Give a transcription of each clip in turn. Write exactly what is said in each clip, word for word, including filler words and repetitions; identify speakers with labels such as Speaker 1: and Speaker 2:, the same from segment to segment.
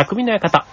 Speaker 1: 匠の館。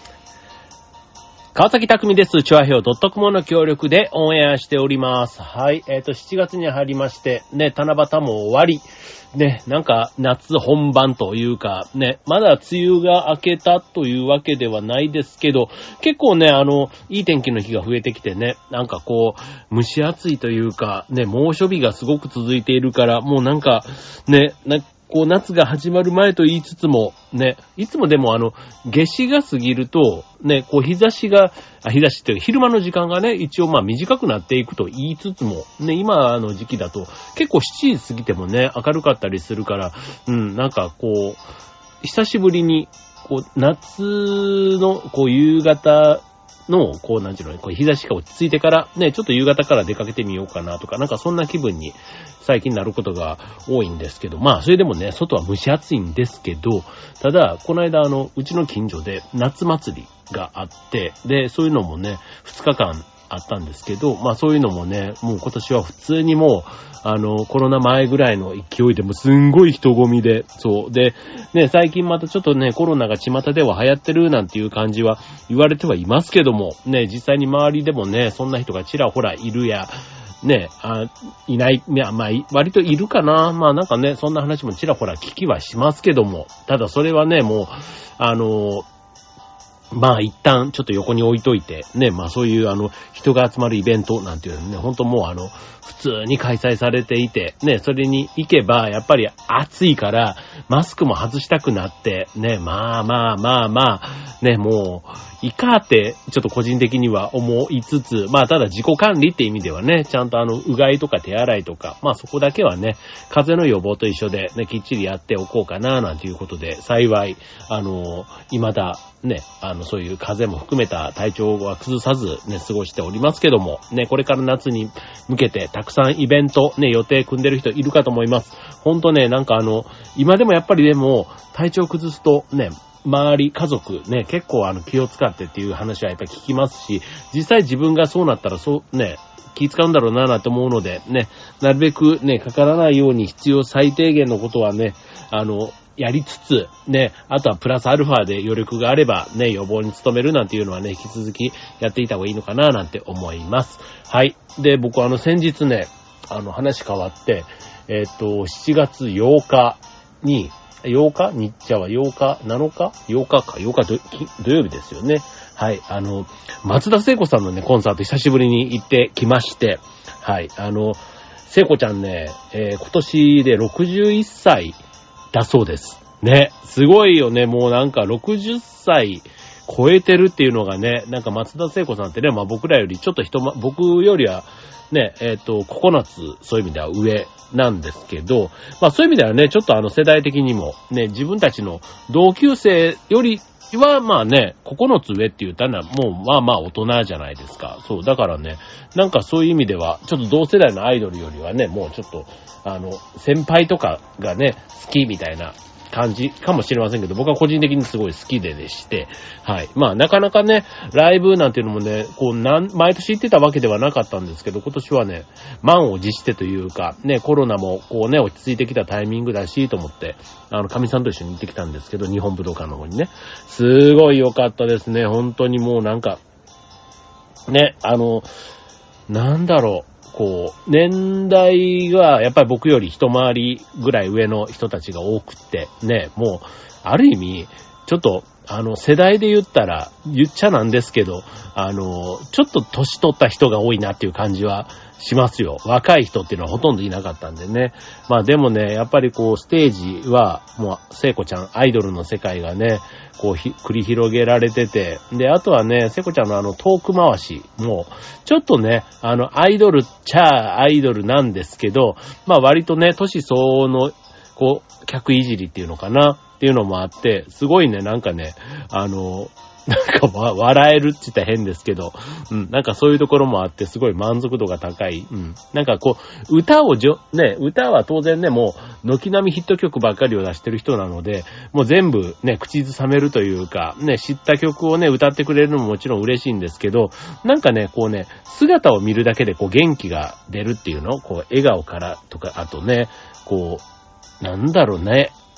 Speaker 1: 川崎匠です。チョアヘオ .com の協力でオンエアしております。はい。えっと、しちがつに入りまして、ね、七夕も終わり、ね、なんか夏本番というか、ね、まだ梅雨が明けたというわけではないですけど、結構ね、あの、いい天気の日が増えてきてね、なんかこう、蒸し暑いというか、ね、猛暑日がすごく続いているから、もうなんか、ね、なこう夏が始まる前と言いつつも、ね、いつもでもあの、夏至が過ぎると、ね、こう日差しが、あ日差しっていうか昼間の時間がね、一応まあ短くなっていくと言いつつも、ね、今の時期だと結構しちじ過ぎてもね、明るかったりするから、うん、なんかこう、久しぶりに、こう、夏のこう夕方、の、こう、なんていうのね、こう、日差しが落ち着いてから、ね、ちょっと夕方から出かけてみようかなとか、なんかそんな気分に最近なることが多いんですけど、まあ、それでもね、外は蒸し暑いんですけど、ただ、この間、あの、うちの近所で夏祭りがあって、で、そういうのもね、ふつかかんあったんですけど、まあそういうのもね、もう今年は普通にもう、あの、コロナ前ぐらいの勢いでもすんごい人混みで、そう。で、ね、最近またちょっとね、コロナが巷では流行ってるなんていう感じは言われてはいますけども、ね、実際に周りでもね、そんな人がちらほらいるや、ね、あ、いない、いや、まあ、割といるかな。まあなんかね、そんな話もちらほら聞きはしますけども、ただそれはね、もう、あの、まあ一旦ちょっと横に置いといて、ね、まあそういうあの人が集まるイベントなんていうのね、ほんともうあの普通に開催されていて、ね、それに行けばやっぱり暑いからマスクも外したくなって、ね、まあまあまあまあ、ね、もういいかってちょっと個人的には思いつつ、まあただ自己管理って意味ではね、ちゃんとあのうがいとか手洗いとか、まあそこだけはね、風邪の予防と一緒でね、きっちりやっておこうかななんていうことで、幸い、あの、未だね、あの、そういう風邪も含めた体調は崩さずね、過ごしておりますけども、ね、これから夏に向けてたくさんイベント、ね、予定組んでる人いるかと思います。ほんとね、なんかあの、今でもやっぱりでも、体調崩すとね、周り、家族ね、結構あの、気を使ってっていう話はやっぱり聞きますし、実際自分がそうなったらそうね、気使うんだろうなぁと思うので、ね、なるべくね、かからないように必要最低限のことはね、あの、やりつつ、ね、あとはプラスアルファで余力があれば、ね、予防に努めるなんていうのはね、引き続きやっていた方がいいのかななんて思います。はい。で、僕はあの、先日ね、あの、話変わって、えっと、しちがつようかに、ようか日茶はようかなのか ?ようか か、ようか土曜日ですよね。はい。あの、松田聖子さんのね、コンサート久しぶりに行ってきまして、はい。あの、聖子ちゃんね、えー、今年でろくじゅういっさいだそうです。ね。すごいよね。もうなんかろくじゅっさい超えてるっていうのがね、なんか松田聖子さんってね、まあ僕らよりちょっと人ま、僕よりはね、えっと、ここのつ、そういう意味では上なんですけど、まあそういう意味ではね、ちょっとあの世代的にもね、自分たちの同級生よりはまあね、ここのつ上って言ったらもうまあまあ大人じゃないですか。そう、だからね、なんかそういう意味では、ちょっと同世代のアイドルよりはね、もうちょっと、あの、先輩とかがね、好きみたいな感じかもしれませんけど、僕は個人的にすごい好きででして、はい。まあなかなかね、ライブなんていうのもね、こうなん、毎年行ってたわけではなかったんですけど、今年はね、満を持してというか、ね、コロナもこうね、落ち着いてきたタイミングだし、と思って、あの、神さんと一緒に行ってきたんですけど、日本武道館の方にね、すごい良かったですね、本当にもうなんか、ね、あの、なんだろう、こう、年代がやっぱり僕より一回りぐらい上の人たちが多くって、ね、もう、ある意味、ちょっと、あの、世代で言ったら、言っちゃなんですけど、あの、ちょっと年取った人が多いなっていう感じはしますよ。若い人っていうのはほとんどいなかったんでね。まあでもね、やっぱりこう、ステージは、もう、聖子ちゃん、アイドルの世界がね、こうひ、繰り広げられてて、で、あとはね、聖子ちゃんのあの、トーク回しも、ちょっとね、あの、アイドルっちゃアイドルなんですけど、まあ割とね、年相応の、こう、客いじりっていうのかなっていうのもあって、すごいね、なんかね、あの、なんかわ笑えるって言ったら変ですけど、うん、なんかそういうところもあって、すごい満足度が高い。うん。なんかこう、歌をじょ、ね、歌は当然ね、もう、軒並みヒット曲ばっかりを出してる人なので、もう全部ね、口ずさめるというか、ね、知った曲をね、歌ってくれるのももちろん嬉しいんですけど、なんかね、こうね、姿を見るだけでこう元気が出るっていうの、こう、笑顔からとか、あとね、こう、なんだろうね、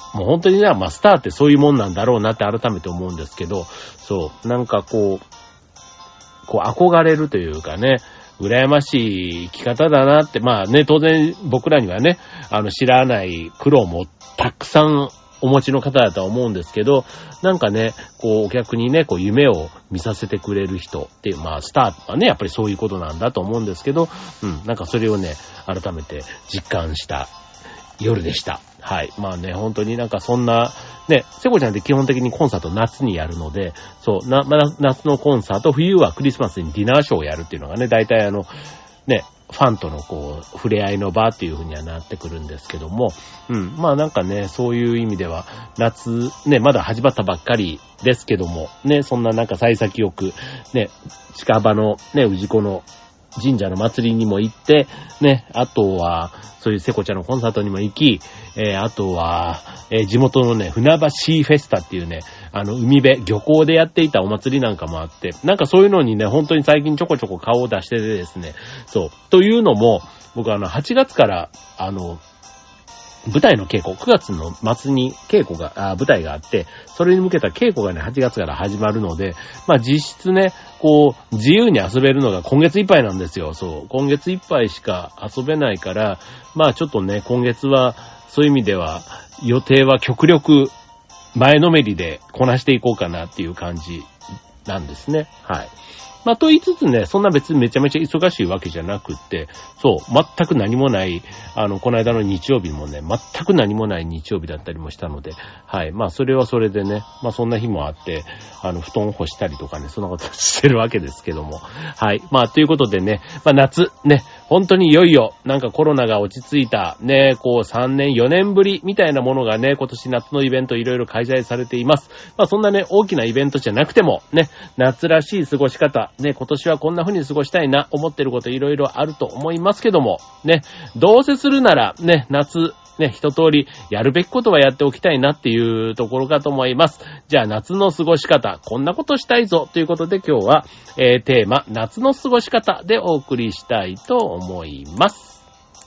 Speaker 1: もう本当にね、まあスターってそういうもんなんだろうなって改めて思うんですけど、そう、なんかこう、こう憧れるというかね、羨ましい生き方だなって、まあね、当然僕らにはね、あの知らない苦労もたくさんお持ちの方だとは思うんですけど、なんかね、こうお客にね、こう夢を見させてくれる人っていう、まあスターはね、やっぱりそういうことなんだと思うんですけど、うん、なんかそれをね、改めて実感した夜でした。はい。まあね、本当になんかそんな、ね、セコちゃんって基本的にコンサート夏にやるので、そう、な、まあ、夏のコンサート、冬はクリスマスにディナーショーをやるっていうのがね、大体あの、ね、ファンとのこう、触れ合いの場っていう風にはなってくるんですけども、うん、まあなんかね、そういう意味では、夏、ね、まだ始まったばっかりですけども、ね、そんななんか幸先よく、ね、近場のね、氏子の神社の祭りにも行って、ね、あとは、そういうセコちゃんのコンサートにも行き、えー、あとは、えー、地元のね、船橋シーフェスタっていうね、あの、海辺、漁港でやっていたお祭りなんかもあって、なんかそういうのにね、本当に最近ちょこちょこ顔を出しててですね、そう。というのも、僕あの、はちがつから、あの、舞台の稽古、くがつの末に稽古が、あ舞台があって、それに向けた稽古がね、はちがつから始まるので、まあ実質ね、こう、自由に遊べるのが今月いっぱいなんですよ。そう。今月いっぱいしか遊べないから、まあちょっとね、今月は、そういう意味では、予定は極力、前のめりでこなしていこうかなっていう感じなんですね。はい。まあ、と言いつつね、そんな別にめちゃめちゃ忙しいわけじゃなくって、そう、全く何もない、あの、この間の日曜日もね、全く何もない日曜日だったりもしたので、はい。まあ、それはそれでね、まあ、そんな日もあって、あの、布団を干したりとかね、そんなことしてるわけですけども、はい。まあ、ということでね、まあ、夏、ね、本当にいよいよ、なんかコロナが落ち着いた、ね、こう、さんねん、よねんぶりみたいなものがね、今年夏のイベントいろいろ開催されています。まあ、そんなね、大きなイベントじゃなくても、ね、夏らしい過ごし方、ね、今年はこんな風に過ごしたいな、思ってることいろいろあると思いますけども、ね、どうせするなら、ね、夏、ね、一通りやるべきことはやっておきたいなっていうところかと思います。じゃあ夏の過ごし方、こんなことしたいぞということで今日は、えー、テーマ、夏の過ごし方でお送りしたいと思います。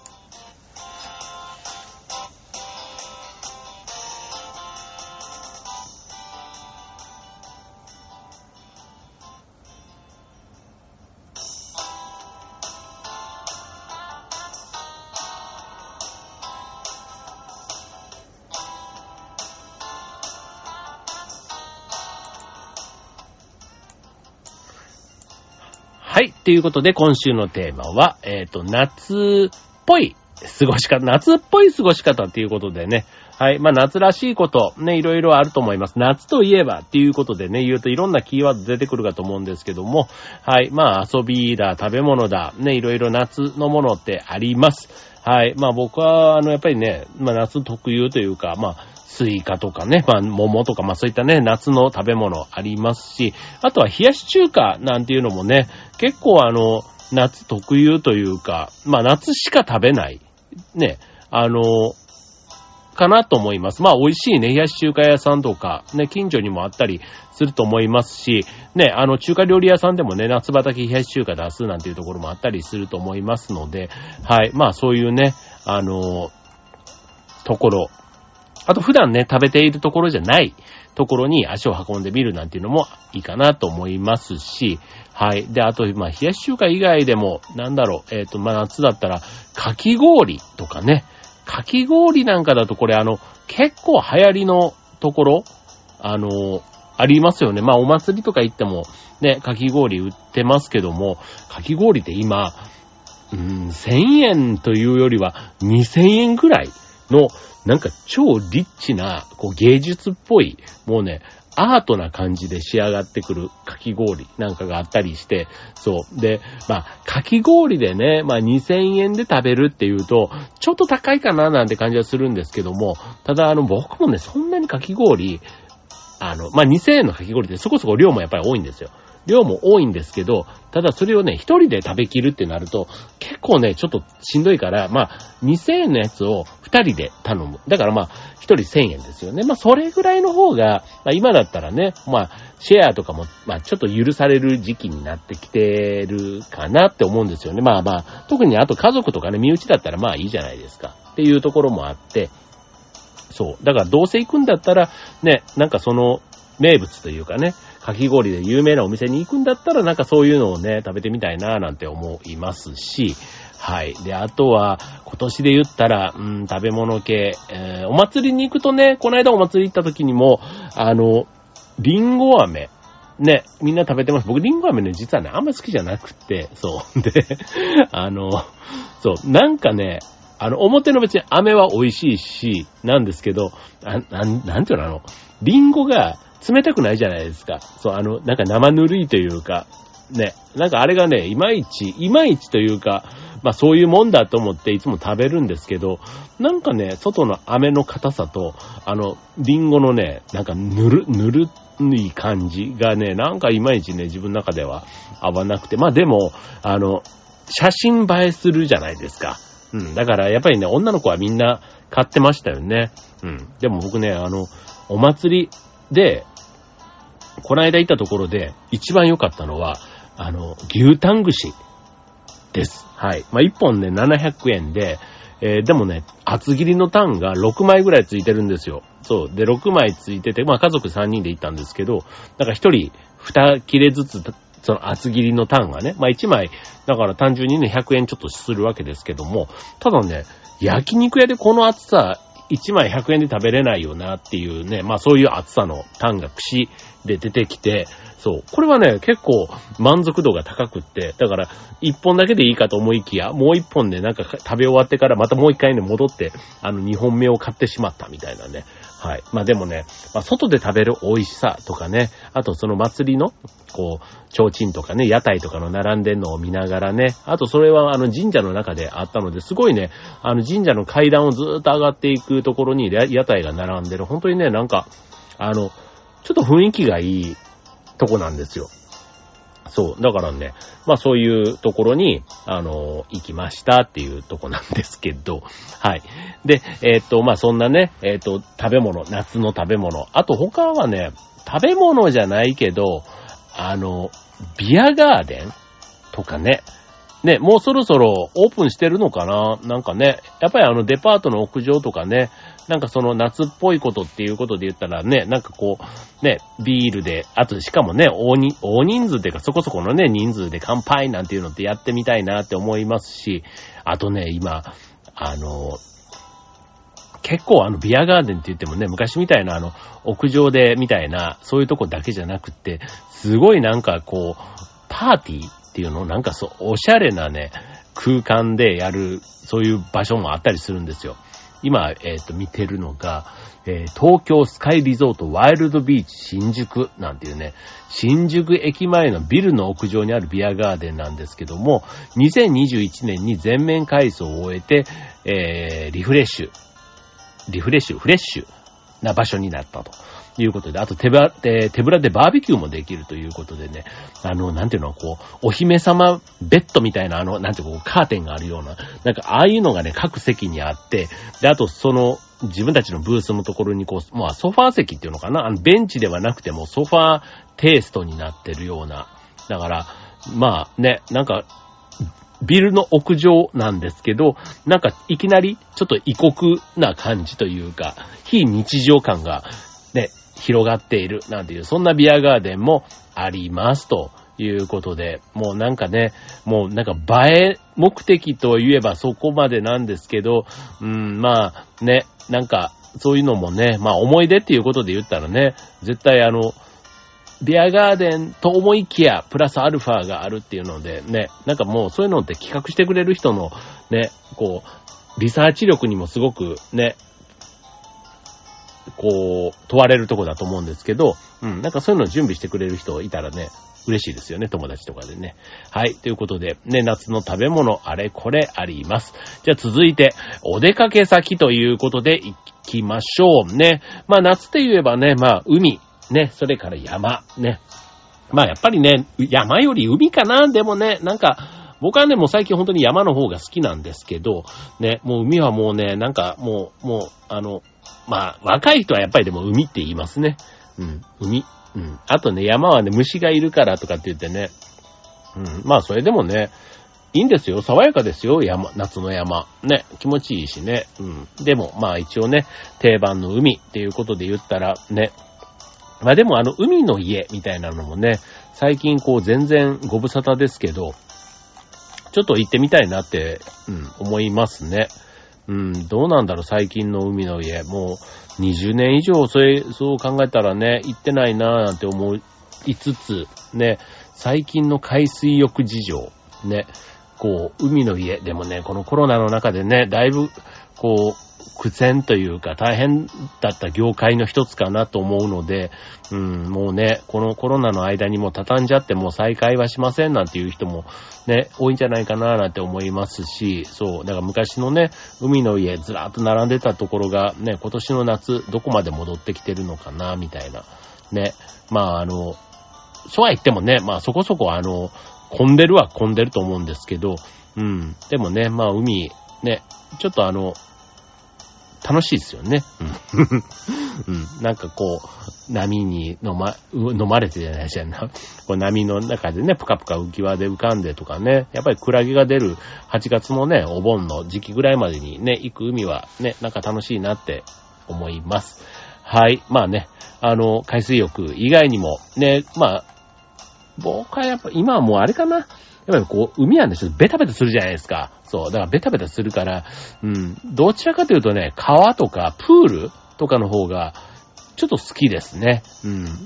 Speaker 1: はい。ということで、今週のテーマは、えっと、夏っぽい過ごし方、夏っぽい過ごし方っていうことでね。はい。まあ、夏らしいこと、ね、いろいろあると思います。夏といえばっていうことでね、言うといろんなキーワード出てくるかと思うんですけども、はい。まあ、遊びだ、食べ物だ、ね、いろいろ夏のものってあります。はい。まあ、僕は、あの、やっぱりね、まあ、夏特有というか、まあ、スイカとかね、まあ、桃とか、まあそういったね、夏の食べ物ありますし、あとは冷やし中華なんていうのもね、結構あの、夏特有というか、まあ夏しか食べない、ね、あの、かなと思います。まあ美味しいね、冷やし中華屋さんとか、ね、近所にもあったりすると思いますし、ね、あの中華料理屋さんでもね、夏畑冷やし中華出すなんていうところもあったりすると思いますので、はい、まあそういうね、あの、ところ、あと普段ね、食べているところじゃないところに足を運んでみるなんていうのもいいかなと思いますし、はい。で、あと、まあ、冷やし中華以外でも、なんだろう、えっと、まあ、夏だったら、かき氷とかね、かき氷なんかだとこれあの、結構流行りのところ、あの、ありますよね。まあ、お祭りとか行っても、ね、かき氷売ってますけども、かき氷って今、うーん、せんえんというよりは、にせんえんぐらいの、なんか超リッチな、こう芸術っぽい、もうね、アートな感じで仕上がってくるかき氷なんかがあったりして、そう。で、まあ、かき氷でね、まあにせんえんで食べるっていうと、ちょっと高いかななんて感じはするんですけども、ただあの僕もね、そんなにかき氷、あの、まあにせんえんのかき氷ってそこそこ量もやっぱり多いんですよ。量も多いんですけど、ただそれをね、一人で食べきるってなると、結構ね、ちょっとしんどいから、まあ、にせんえんのやつを二人で頼む。だからまあ、一人せんえんですよね。まあ、それぐらいの方が、まあ今だったらね、まあ、シェアとかも、まあ、ちょっと許される時期になってきてるかなって思うんですよね。まあまあ、特にあと家族とかね、身内だったらまあいいじゃないですか。っていうところもあって、 そう。だからどうせ行くんだったら、ね、なんかその名物というかね、かき氷で有名なお店に行くんだったら、なんかそういうのをね、食べてみたいななんて思いますし、はい。で、あとは、今年で言ったら、うん、食べ物系、えー、お祭りに行くとね、この間お祭り行った時にも、あの、リンゴ飴、ね、みんな食べてます。僕、リンゴ飴ね、実はね、あんま好きじゃなくて、そう。で、あの、そう、なんかね、あの、表の別に飴は美味しいし、なんですけど、あなん、なんていうの、あの、リンゴが冷たくないじゃないですか。そう、あの、なんか生ぬるいというか、ね、なんかあれがね、いまいち、いまいちというか、まあそういうもんだと思っていつも食べるんですけど、なんかね、外の飴の硬さと、あの、リンゴのね、なんかぬる、ぬるい感じがね、なんかいまいちね、自分の中では合わなくて、まあでも、あの、写真映えするじゃないですか。うん。だからやっぱりね、女の子はみんな買ってましたよね。うん。でも僕ね、あの、お祭りで、この間行ったところで一番良かったのは、あの、牛タン串です。はい。まあ、一本ね、ななひゃくえんで、えー、でもね、厚切りのタンがろくまいぐらいついてるんですよ。そう。で、ろくまいついてて、まあ、家族さんにんで行ったんですけど、だから一人に切れずつ、その厚切りのタンがね、まあ、いちまい、だから単純にね、ひゃくえんちょっとするわけですけども、ただね、焼肉屋でこの厚さ、いちまいひゃくえんで食べれないよなっていうね、まあそういう厚さのタンが串で出てきて、そう。これはね、結構満足度が高くって、だからいっぽんだけでいいかと思いきや、もういっぽんね、なんか食べ終わってからまたもういっかいね、戻って、あのにほんめを買ってしまったみたいなね。はい。まあでもね、まあ外で食べる美味しさとかね、あとその祭りの、こう、提灯とかね、屋台とかの並んでんのを見ながらね、あとそれはあの神社の中であったので、すごいね、あの神社の階段をずーっと上がっていくところに屋台が並んでる、本当にね、なんか、あの、ちょっと雰囲気がいいとこなんですよ。そう。だからね、まあそういうところに、あの、行きましたっていうとこなんですけど、はい。で、えー、っと、まあそんなね、えー、っと、食べ物、夏の食べ物。あと他はね、食べ物じゃないけど、あの、ビアガーデンとかね、ね、もうそろそろオープンしてるのかな？なんかね、やっぱりあのデパートの屋上とかね、なんかその夏っぽいことっていうことで言ったらね、なんかこう、ね、ビールで、あとしかもね、大に、大人数っていうかそこそこのね、人数で乾杯なんていうのってやってみたいなって思いますし、あとね、今、あの、結構あのビアガーデンって言ってもね、昔みたいなあの屋上でみたいな、そういうとこだけじゃなくって、すごいなんかこう、パーティーっていうのなんかそう、おしゃれなね、空間でやる、そういう場所もあったりするんですよ。今、えっと、見てるのが、えー、東京スカイリゾートワイルドビーチ新宿なんていうね、新宿駅前のビルの屋上にあるビアガーデンなんですけども、にせんにじゅういちねんに全面改装を終えて、えー、リフレッシュ、リフレッシュ、フレッシュな場所になったということで、あと手ぶらで、手ぶらでバーベキューもできるということでね、あの、なんていうの、こう、お姫様ベッドみたいな、あの、なんていうの、カーテンがあるような、なんかああいうのがね、各席にあって、で、あとその、自分たちのブースのところにこう、まあソファー席っていうのかな、あの、ベンチではなくてもソファーテイストになってるような、だから、まあね、なんか、ビルの屋上なんですけど、なんかいきなりちょっと異国な感じというか、非日常感がね、広がっているなんていう、そんなビアガーデンもありますということで、もうなんかね、もうなんか映え目的といえばそこまでなんですけど、うん、まあね、なんかそういうのもね、まあ思い出っていうことで言ったらね、絶対あの、ビアガーデンと思いきやプラスアルファがあるっていうのでね、なんかもうそういうのって企画してくれる人のね、こう、リサーチ力にもすごくね、こう、問われるとこだと思うんですけど、うん、なんかそういうのを準備してくれる人いたらね、嬉しいですよね、友達とかでね。はい、ということで、ね、夏の食べ物、あれこれあります。じゃあ続いて、お出かけ先ということで行きましょうね。まあ夏といえばね、まあ海、ね、それから山、ね。まあやっぱりね、山より海かな、でもね、なんか、僕はね、もう最近本当に山の方が好きなんですけど、ね、もう海はもうね、なんかもう、もう、あの、まあ、若い人はやっぱりでも海って言いますね。うん、海。うん。あとね、山はね、虫がいるからとかって言ってね。うん。まあ、それでもね、 いいんですよ。爽やかですよ。山、夏の山。ね。気持ちいいしね。うん。でも、まあ一応ね、定番の海っていうことで言ったら、ね。まあでもあの、海の家みたいなのもね、最近こう全然ご無沙汰ですけど、ちょっと行ってみたいなって、うん、思いますね。うん、どうなんだろう、最近の海の家。もう、にじゅうねん以上、それ、そう考えたらね、行ってないなぁなんて思いつつ、ね、最近の海水浴事情、ね、こう、海の家でもね、このコロナの中でね、だいぶ、こう、苦戦というか大変だった業界の一つかなと思うので、うん、もうね、このコロナの間にも畳んじゃってもう再開はしませんなんていう人もね、多いんじゃないかななんて思いますし、そう、だから昔のね、海の家ずらーっと並んでたところがね、今年の夏どこまで戻ってきてるのかな、みたいな。ね、まああの、そうは言ってもね、まあそこそこあの、混んでるは混んでると思うんですけど、うん。でもね、まあ海、ね、ちょっとあの、楽しいですよね。うん。うん。なんかこう、波に飲ま、飲まれてじゃないじゃんな。こう波の中でね、ぷかぷか浮き輪で浮かんでとかね、やっぱりクラゲが出るはちがつのね、お盆の時期ぐらいまでにね、行く海はね、なんか楽しいなって思います。はい。まあね、あの、海水浴以外にも、ね、まあ、僕はやっぱ今はもうあれかな。やっぱりこう、海なんでちょっとベタベタするじゃないですか。そう。だからベタベタするから、うん。どちらかというとね、川とかプールとかの方が、ちょっと好きですね。うん。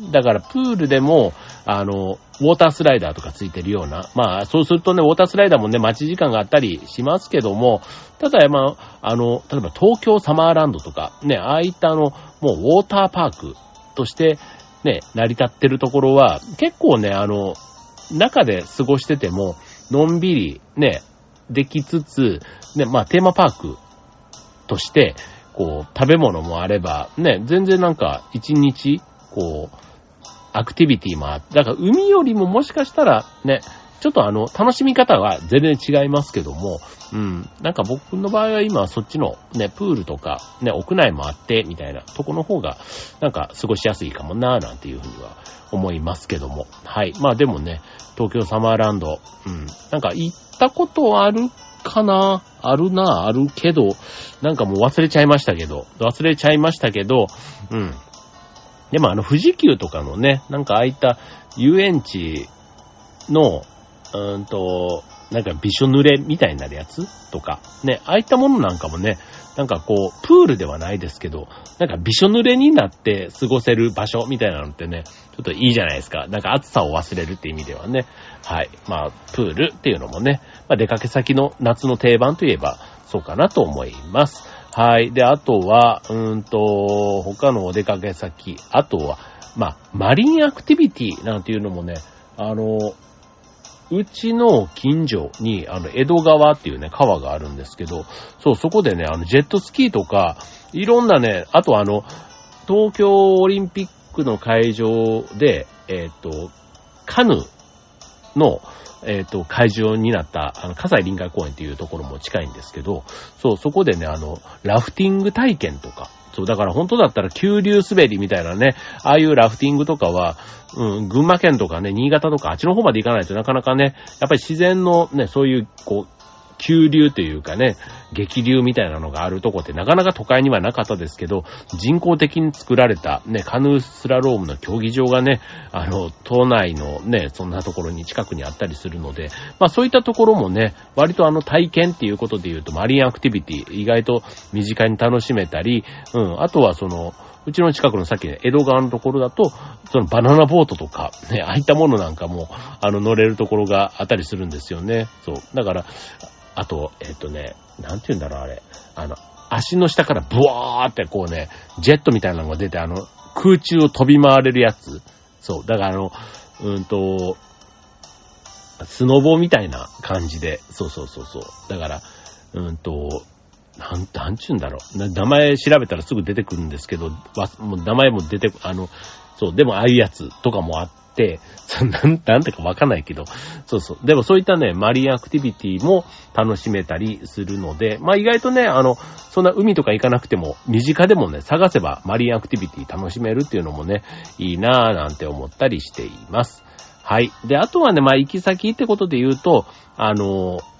Speaker 1: だからプールでも、あの、ウォータースライダーとかついてるような。まあ、そうするとね、ウォータースライダーもね、待ち時間があったりしますけども、ただ、まあ、あの、例えば東京サマーランドとか、ね、ああいったあの、もうウォーターパークとして、ね、成り立ってるところは、結構ね、あの、中で過ごしてても、のんびり、ね、できつつ、ね、まあ、テーマパークとして、こう、食べ物もあれば、ね、全然なんか、一日、こう、アクティビティもあって、だから海よりももしかしたら、ね、ちょっとあの、楽しみ方は全然違いますけども、うん、なんか僕の場合は今そっちのね、プールとか、ね、屋内もあって、みたいなとこの方が、なんか過ごしやすいかもなぁ、なんていうふうには思いますけども。はい。まあでもね、東京サマーランド、うん、なんか行ったことあるかなあるなあるけど、なんかもう忘れちゃいましたけど、忘れちゃいましたけど、うん。でもあの富士急とかのね、なんかああいった遊園地の、うーんと、なんかびしょ濡れみたいになるやつとか、ね、ああいったものなんかもね、なんかこう、プールではないですけど、なんかびしょ濡れになって過ごせる場所みたいなのってね、ちょっといいじゃないですか。なんか暑さを忘れるって意味ではね。はい。まあ、プールっていうのもね、まあ出かけ先の夏の定番といえば、そうかなと思います。はい。で、あとは、うーんと、他のお出かけ先、あとは、まあ、マリンアクティビティなんていうのもね、あの、うちの近所に、あの、江戸川っていうね、川があるんですけど、そう、そこでね、あの、ジェットスキーとか、いろんなね、あとあの、東京オリンピックの会場で、えっと、カヌーの、えっと、会場になった、あの、葛西臨海公園っていうところも近いんですけど、そう、そこでね、あの、ラフティング体験とか、そう、だから本当だったら急流滑りみたいなね、ああいうラフティングとかは、うん、群馬県とかね、新潟とかあっちの方まで行かないとなかなかね、やっぱり自然のね、そういう、こう、急流というかね、激流みたいなのがあるとこってなかなか都会にはなかったですけど、人工的に作られたね、カヌースラロームの競技場がね、あの、都内のね、そんなところに近くにあったりするので、まあそういったところもね、割とあの体験っていうことで言うと、マリンアクティビティ、意外と身近に楽しめたり、うん、あとはその、うちの近くのさっきね、江戸川のところだと、そのバナナボートとか、ね、ああいったものなんかも、あの、乗れるところがあったりするんですよね。そう。だから、あと、えっとね、なんて言うんだろう、あれ。あの、足の下からブワーってこうね、ジェットみたいなのが出て、あの、空中を飛び回れるやつ。そう。だからあの、うんと、スノボみたいな感じで、そうそうそうそう。だから、うんと、なん、なんちゅうんだろう。名前調べたらすぐ出てくるんですけど、わもう名前も出て、あの、そう、でもああいうやつとかもあって、なん、なんてかわかんないけど、そうそう。でもそういったね、マリンアクティビティも楽しめたりするので、まあ意外とね、あの、そんな海とか行かなくても、身近でもね、探せばマリンアクティビティ楽しめるっていうのもね、いいなぁなんて思ったりしています。はい。で、あとはね、まあ行き先ってことで言うと、あの、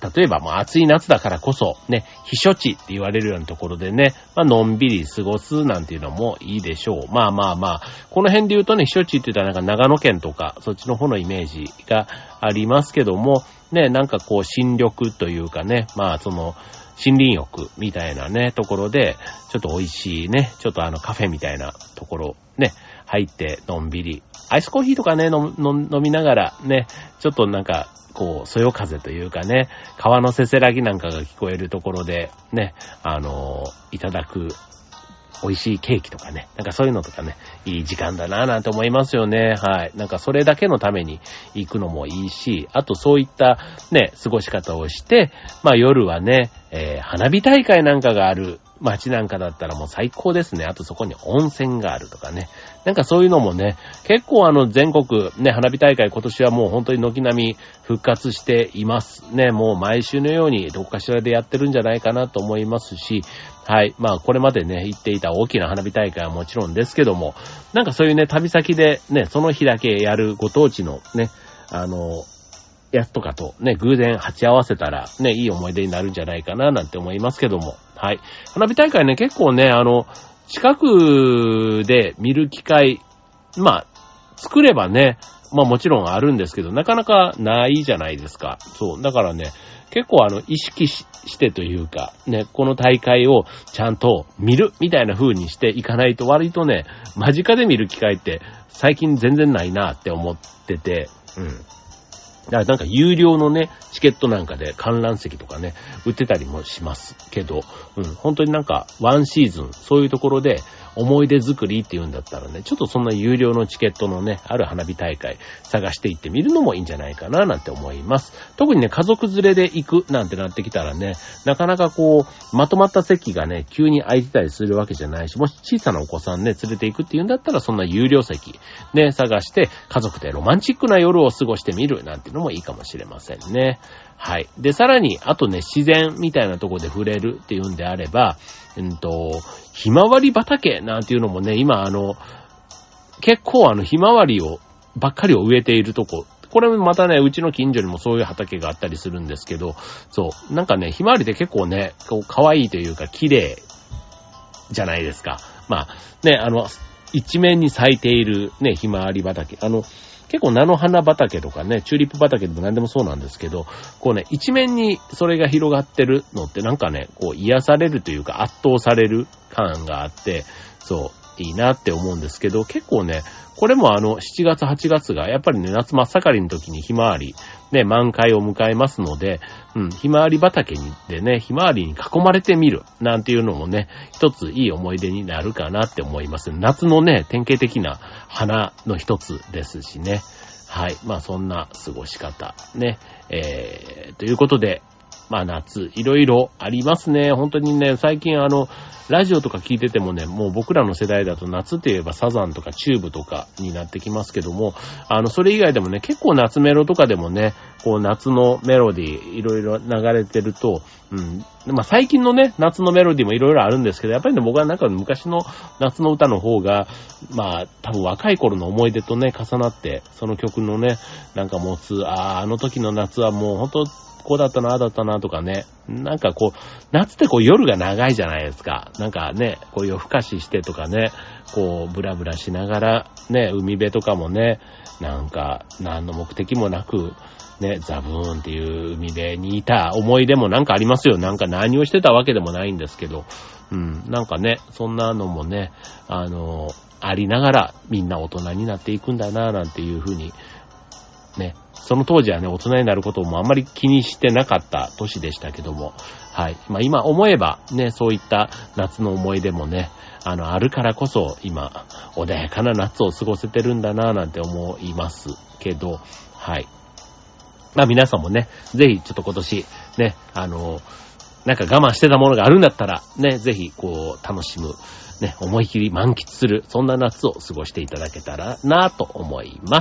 Speaker 1: 例えばもう暑い夏だからこそ、ね、避暑地って言われるようなところでね、まあ、のんびり過ごすなんていうのもいいでしょう。まあまあまあ、この辺で言うとね、避暑地って言ったらなんか長野県とか、そっちの方のイメージがありますけども、ね、なんかこう、新緑というかね、まあその、森林浴みたいなね、ところで、ちょっと美味しいね、ちょっとあのカフェみたいなところ、ね、入ってのんびり、アイスコーヒーとかね、飲, 飲, 飲みながらね、ちょっとなんか、こう、そよ風というかね、川のせせらぎなんかが聞こえるところで、ね、あのー、いただく、美味しいケーキとかね、なんかそういうのとかね、いい時間だなぁなんて思いますよね。はい。なんかそれだけのために行くのもいいし、あとそういったね、過ごし方をして、まあ夜はね、えー、花火大会なんかがある街なんかだったらもう最高ですね。あとそこに温泉があるとかね。なんかそういうのもね、結構あの全国ね、花火大会今年はもう本当に軒並み復活していますね。もう毎週のようにどこかしらでやってるんじゃないかなと思いますし、はい。まあこれまでね、行っていた大きな花火大会はもちろんですけども、なんかそういうね、旅先でね、その日だけやるご当地のね、あの、やつとかとね、偶然鉢合わせたらね、いい思い出になるんじゃないかななんて思いますけども。はい。花火大会ね、結構ね、あの、近くで見る機会、まあ、作ればね、まあもちろんあるんですけど、なかなかないじゃないですか。そう。だからね、結構あの、意識ししてというか、ね、この大会をちゃんと見るみたいな風にしていかないと割とね、間近で見る機会って最近全然ないなって思ってて、うん。だからなんか有料のね、チケットなんかで観覧席とかね、売ってたりもしますけど、うん、本当になんかワンシーズン、そういうところで思い出作りっていうんだったらね、ちょっとそんな有料のチケットのね、ある花火大会探していってみるのもいいんじゃないかななんて思います。特にね、家族連れで行くなんてなってきたらね、なかなかこう、まとまった席がね、急に空いてたりするわけじゃないし、もし小さなお子さんね、連れて行くっていうんだったらそんな有料席ね、探して家族でロマンチックな夜を過ごしてみるなんてのもいいかもしれませんね。はい。で、さらに、あとね、自然みたいなところで触れるっていうんであれば、うんと、ひまわり畑なんていうのもね、今あの、結構あの、ひまわりを、ばっかりを植えているとこ、これもまたね、うちの近所にもそういう畑があったりするんですけど、そう、なんかね、ひまわりって結構ね、こう、可愛いというか、綺麗じゃないですか。まあ、ね、あの、一面に咲いているね、ひまわり畑。あの、結構菜の花畑とかね、チューリップ畑でも何でもそうなんですけど、こうね、一面にそれが広がってるのってなんかね、こう癒されるというか圧倒される感があって、そう、いいなって思うんですけど、結構ね、これもあのしちがつはちがつがやっぱりね、夏真っ盛りの時にひまわり、ね、満開を迎えますので、うん、ひまわり畑にでね、ひまわりに囲まれてみるなんていうのもね、一ついい思い出になるかなって思います。夏のね、典型的な花の一つですしね。はい。まあそんな過ごし方。ね。えー、ということで、まあ夏、いろいろありますね。本当にね、最近あの、ラジオとか聞いててもね、もう僕らの世代だと夏って言えばサザンとかチューブとかになってきますけども、あの、それ以外でもね、結構夏メロとかでもね、こう夏のメロディーいろいろ流れてると、うん、まあ最近のね、夏のメロディーもいろいろあるんですけど、やっぱりね、僕はなんか昔の夏の歌の方が、まあ多分若い頃の思い出とね、重なって、その曲のね、なんか持つ、ああ、あの時の夏はもう本当こうだったな、ああだったなとかね。なんかこう、夏ってこう夜が長いじゃないですか。なんかね、こう夜更かししてとかね、こうブラブラしながら、ね、海辺とかもね、なんか何の目的もなく、ね、ザブーンっていう海辺にいた思い出もなんかありますよ。なんか何をしてたわけでもないんですけど、うん、なんかね、そんなのもね、あの、ありながらみんな大人になっていくんだな、なんていうふうに、ね、その当時はね、大人になることもあんまり気にしてなかった年でしたけども、はい。まあ今思えばね、そういった夏の思い出もね、あの、あるからこそ今、穏やかな夏を過ごせてるんだなぁなんて思いますけど、はい。まあ皆さんもね、ぜひちょっと今年、ね、あの、なんか我慢してたものがあるんだったら、ね、ぜひこう、楽しむ、ね、思い切り満喫する、そんな夏を過ごしていただけたらなぁと思います。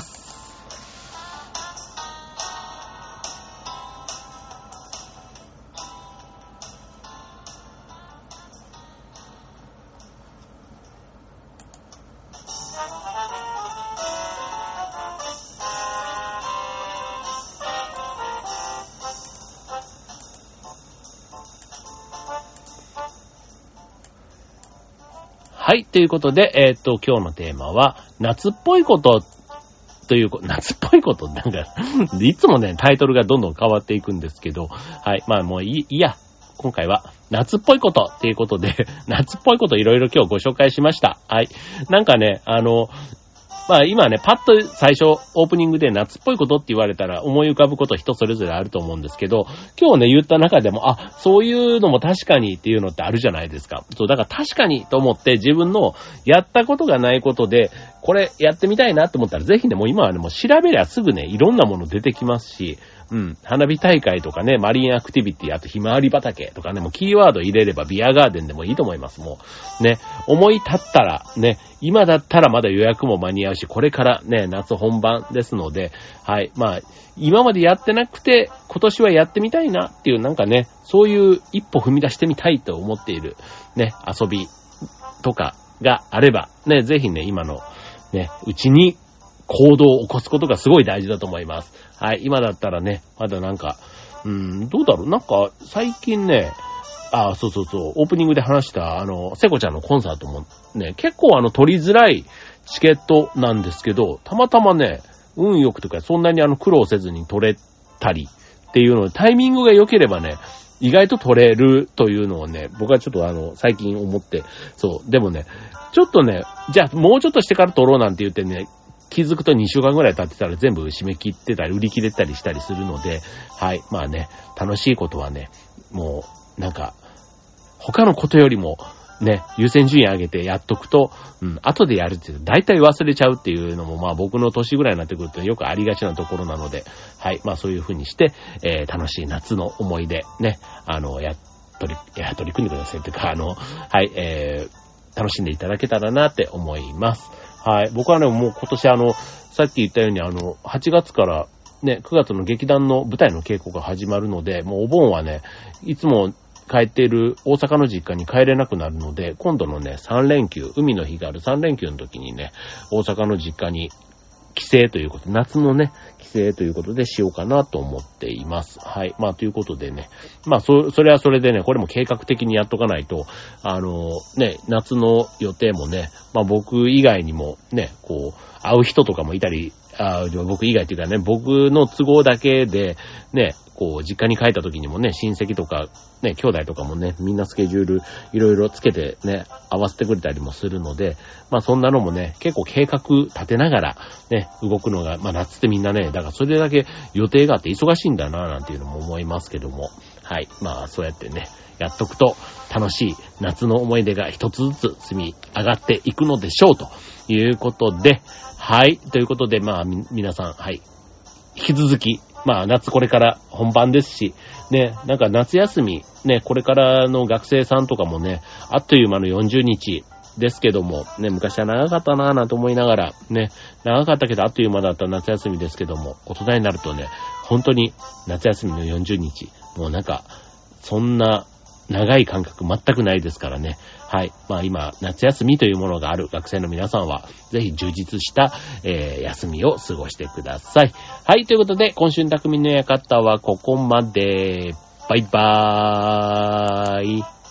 Speaker 1: はい、ということで、えっと、今日のテーマは、夏っぽいことという、夏っぽいこと、なんか、いつもね、タイトルがどんどん変わっていくんですけど、はい、まあもういい、いいや。今回は夏っぽいことっていうことで、夏っぽいこといろいろ今日ご紹介しました。はい。なんかね、あの、まあ今ね、パッと最初オープニングで夏っぽいことって言われたら思い浮かぶこと人それぞれあると思うんですけど、今日ね言った中でも、あ、そういうのも確かにっていうのってあるじゃないですか。そう、だから確かにと思って自分のやったことがないことで、これやってみたいなと思ったらぜひね、もう今はね、もう調べりゃすぐね、いろんなもの出てきますし、うん。花火大会とかね、マリンアクティビティ、あとひまわり畑とかね、もうキーワード入れればビアガーデンでもいいと思います。もう。ね。思い立ったら、ね、今だったらまだ予約も間に合うし、これからね、夏本番ですので、はい。まあ、今までやってなくて、今年はやってみたいなっていう、なんかね、そういう一歩踏み出してみたいと思っている、ね、遊びとかがあれば、ね、ぜひね、今の、ね、うちに行動を起こすことがすごい大事だと思います。はい、今だったらね、まだなんか、うーん、どうだろう、なんか、最近ね、あ、そうそうそう、オープニングで話した、あの、セコちゃんのコンサートもね、結構あの、取りづらいチケットなんですけど、たまたまね、運よくとか、そんなにあの、苦労せずに取れたりっていうので、タイミングが良ければね、意外と取れるというのをね、僕はちょっとあの、最近思って、そう、でもね、ちょっとね、じゃあもうちょっとしてから取ろうなんて言ってね、気づくとにしゅうかんぐらい経ってたら全部締め切ってたり、売り切れたりしたりするので、はい。まあね、楽しいことはね、もう、なんか、他のことよりも、ね、優先順位上げてやっとくと、うん、後でやるって大体忘れちゃうっていうのも、まあ僕の年ぐらいになってくるとよくありがちなところなので、はい。まあそういう風にして、えー、楽しい夏の思い出、ね、あの、や、取り、や、取り組んでくださいっていうか、あの、はい、えー、楽しんでいただけたらなって思います。はい。僕はね、もう今年あの、さっき言ったようにあの、はちがつからね、くがつの劇団の舞台の稽古が始まるので、もうお盆はね、いつも帰っている大阪の実家に帰れなくなるので、今度のね、さん連休、海の日があるさん連休の時にね、大阪の実家に帰省ということ、夏のね、帰省ということでしようかなと思っています。はい。まあということでね、まあそ、それはそれでね、これも計画的にやっとかないと、あの、ね、夏の予定もね、まあ僕以外にもね、こう、会う人とかもいたり、あ僕以外っていうかね、僕の都合だけで、ね、こう、実家に帰った時にもね、親戚とか、ね、兄弟とかもね、みんなスケジュールいろいろつけてね、合わせてくれたりもするので、まあそんなのもね、結構計画立てながらね、動くのが、まあ夏ってみんなね、だからそれだけ予定があって忙しいんだななんていうのも思いますけども、はい、まあそうやってね、やっとくと楽しい夏の思い出が一つずつ積み上がっていくのでしょうということで、はい、ということでまあみ、皆さん、はい、引き続き、まあ夏これから本番ですし、ね、なんか夏休み、ね、これからの学生さんとかもね、あっという間のよんじゅうにちですけども、ね、昔は長かったなぁなんて思いながら、ね、長かったけどあっという間だった夏休みですけども、大人になるとね、本当に夏休みのよんじゅうにち、もうなんか、そんな長い間隔全くないですからね。はい。まあ今、夏休みというものがある学生の皆さんは、ぜひ充実した、えー、休みを過ごしてください。はい。ということで、今週の匠の館はここまで。バイバーイ。